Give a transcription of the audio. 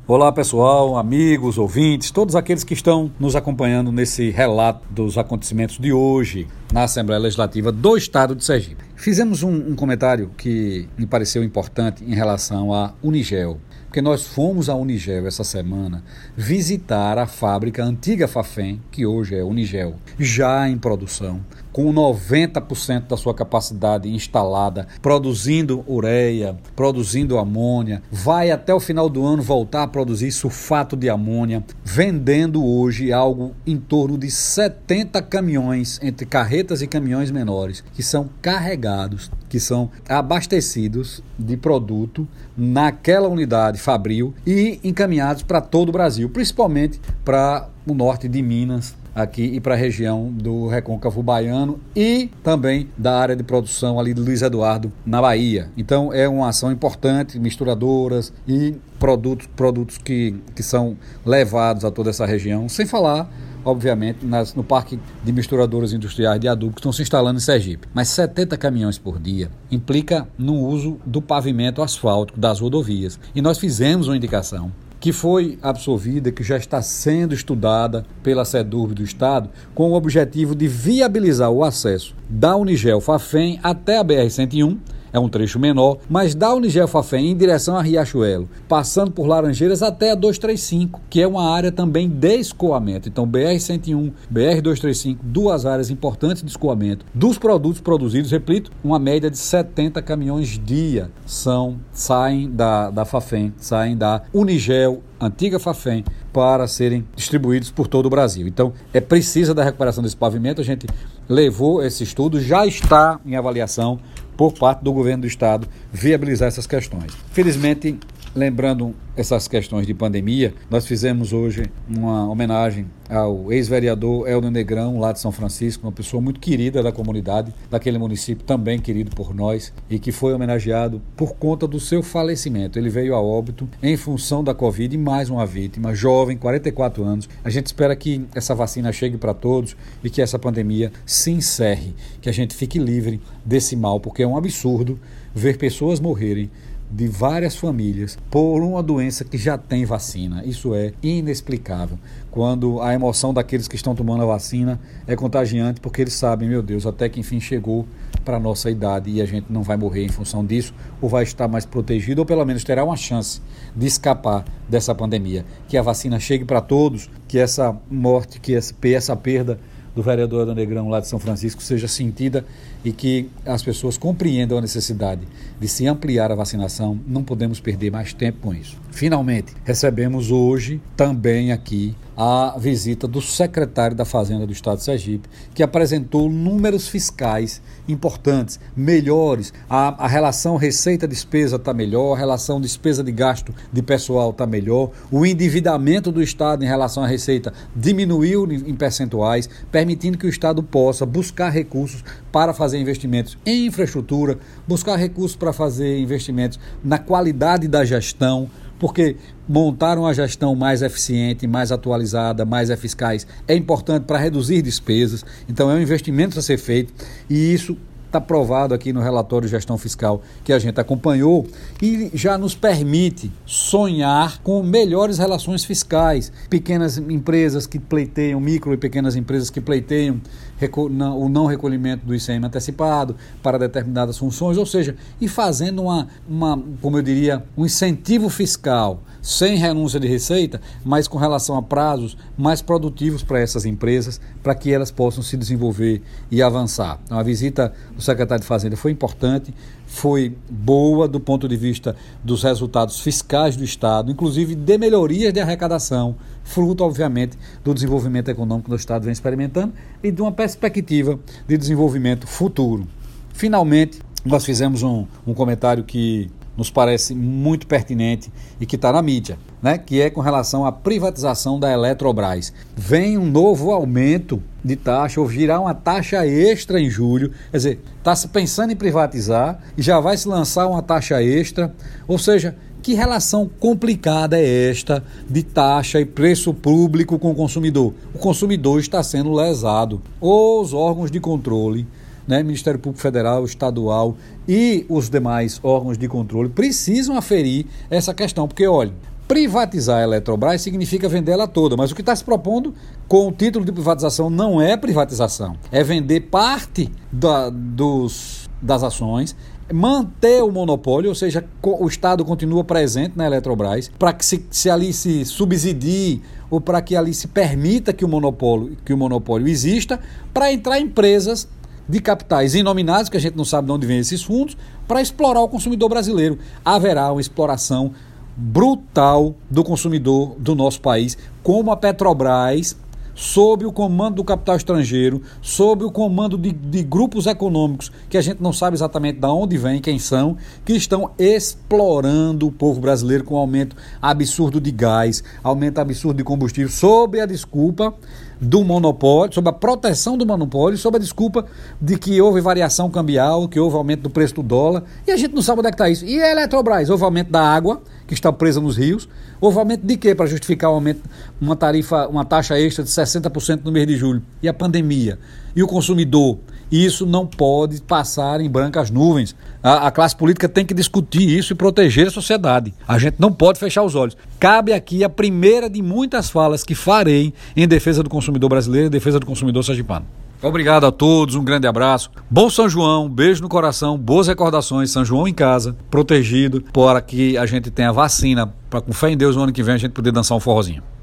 Olá pessoal, amigos, ouvintes, todos aqueles que estão nos acompanhando nesse relato dos acontecimentos de hoje na Assembleia Legislativa do Estado de Sergipe. Fizemos um comentário que me pareceu importante em relação à Unigel, porque nós fomos à Unigel essa semana visitar a fábrica antiga Fafem, que hoje é Unigel, já em produção, com 90% da sua capacidade instalada, produzindo ureia, produzindo amônia, vai até o final do ano voltar a produzir sulfato de amônia, vendendo hoje algo em torno de 70 caminhões, entre carretas e caminhões menores, que são carregados, que são abastecidos de produto naquela unidade fabril e encaminhados para todo o Brasil, principalmente para o norte de Minas, aqui e para a região do Recôncavo Baiano e também da área de produção ali de Luiz Eduardo, na Bahia. Então é uma ação importante, misturadoras e produtos que são levados a toda essa região, sem falar, obviamente, no Parque de Misturadoras Industriais de Adubo que estão se instalando em Sergipe. Mas 70 caminhões por dia implica no uso do pavimento asfáltico das rodovias. E nós fizemos uma indicação que foi absolvida, que já está sendo estudada pela SEDURB do Estado, com o objetivo de viabilizar o acesso da Unigel Fafem até a BR-101, é um trecho menor, mas da Unigel Fafem em direção a Riachuelo, passando por Laranjeiras até a 235, que é uma área também de escoamento. Então, BR-101, BR-235, duas áreas importantes de escoamento dos produtos produzidos, repito, uma média de 70 caminhões dia saem da Fafem, saem da Unigel, antiga Fafem, para serem distribuídos por todo o Brasil. Então, é precisa da recuperação desse pavimento. A gente levou esse estudo, já está em avaliação por parte do governo do estado, viabilizar essas questões. Felizmente, lembrando essas questões de pandemia, nós fizemos hoje uma homenagem ao ex-vereador Helder Negrão, lá de São Francisco, uma pessoa muito querida da comunidade, daquele município, também querido por nós, e que foi homenageado por conta do seu falecimento. Ele veio a óbito em função da Covid e mais uma vítima, jovem, 44 anos. A gente espera que essa vacina chegue para todos e que essa pandemia se encerre, que a gente fique livre desse mal, porque é um absurdo ver pessoas morrerem de várias famílias por uma doença que já tem vacina. Isso é inexplicável. Quando a emoção daqueles que estão tomando a vacina é contagiante, porque eles sabem, meu Deus, até que enfim chegou para a nossa idade e a gente não vai morrer em função disso, ou vai estar mais protegido, ou pelo menos terá uma chance de escapar dessa pandemia. Que a vacina chegue para todos, que essa morte, que essa perda do vereador Helder Negrão lá de São Francisco seja sentida e que as pessoas compreendam a necessidade de se ampliar a vacinação. Não podemos perder mais tempo com isso. Finalmente, recebemos hoje também aqui a visita do secretário da Fazenda do Estado de Sergipe, que apresentou números fiscais importantes, melhores. A relação receita-despesa está melhor, a relação despesa de gasto de pessoal está melhor, o endividamento do Estado em relação à receita diminuiu em percentuais, permitindo que o Estado possa buscar recursos para fazer investimentos em infraestrutura, buscar recursos para fazer investimentos na qualidade da gestão, porque montar uma gestão mais eficiente, mais atualizada, mais eficaz é importante para reduzir despesas. Então é um investimento a ser feito e isso está provado aqui no relatório de gestão fiscal que a gente acompanhou e já nos permite sonhar com melhores relações fiscais. Pequenas empresas que pleiteiam, micro e pequenas empresas que pleiteiam o não recolhimento do ICM antecipado para determinadas funções, ou seja, e fazendo como eu diria, um incentivo fiscal sem renúncia de receita, mas com relação a prazos mais produtivos para essas empresas, para que elas possam se desenvolver e avançar. Então, a visita do secretário de Fazenda foi importante, foi boa do ponto de vista dos resultados fiscais do Estado, inclusive de melhorias de arrecadação, fruto, obviamente, do desenvolvimento econômico que o Estado vem experimentando e de uma perspectiva de desenvolvimento futuro. Finalmente, nós fizemos um comentário que nos parece muito pertinente e que está na mídia, né? Que é com relação à privatização da Eletrobras. Vem um novo aumento de taxa, ou virá uma taxa extra em julho, quer dizer, está se pensando em privatizar e já vai se lançar uma taxa extra, ou seja, que relação complicada é esta de taxa e preço público com o consumidor? O consumidor está sendo lesado. Os órgãos de controle, né, Ministério Público Federal, Estadual e os demais órgãos de controle precisam aferir essa questão, porque, olha, Privatizar a Eletrobras significa vender ela toda, mas o que está se propondo com o título de privatização não é privatização, é vender parte das ações, manter o monopólio, ou seja, o Estado continua presente na Eletrobras, para que se ali se subsidie ou para que ali se permita que o monopólio exista, para entrar empresas de capitais inominados, que a gente não sabe de onde vêm esses fundos, para explorar o consumidor brasileiro. Haverá uma exploração brutal do consumidor do nosso país, como a Petrobras, sob o comando do capital estrangeiro, sob o comando de grupos econômicos que a gente não sabe exatamente de onde vêm, quem são, que estão explorando o povo brasileiro com aumento absurdo de gás, aumento absurdo de combustível, sob a desculpa do monopólio, sob a proteção do monopólio, sob a desculpa de que houve variação cambial, que houve aumento do preço do dólar, e a gente não sabe onde é que está isso. E a Eletrobras, houve aumento da água, que está presa nos rios, houve aumento de quê para justificar o aumento, uma taxa extra de 60% no mês de julho? E a pandemia? E o consumidor? Isso não pode passar em brancas nuvens. A classe política tem que discutir isso e proteger a sociedade. A gente não pode fechar os olhos. Cabe aqui a primeira de muitas falas que farei em defesa do consumidor brasileiro, em defesa do consumidor sergipano. Obrigado a todos, um grande abraço. Bom São João, beijo no coração, boas recordações, São João em casa, protegido, para que a gente tenha vacina, para com fé em Deus no ano que vem a gente poder dançar um forrozinho.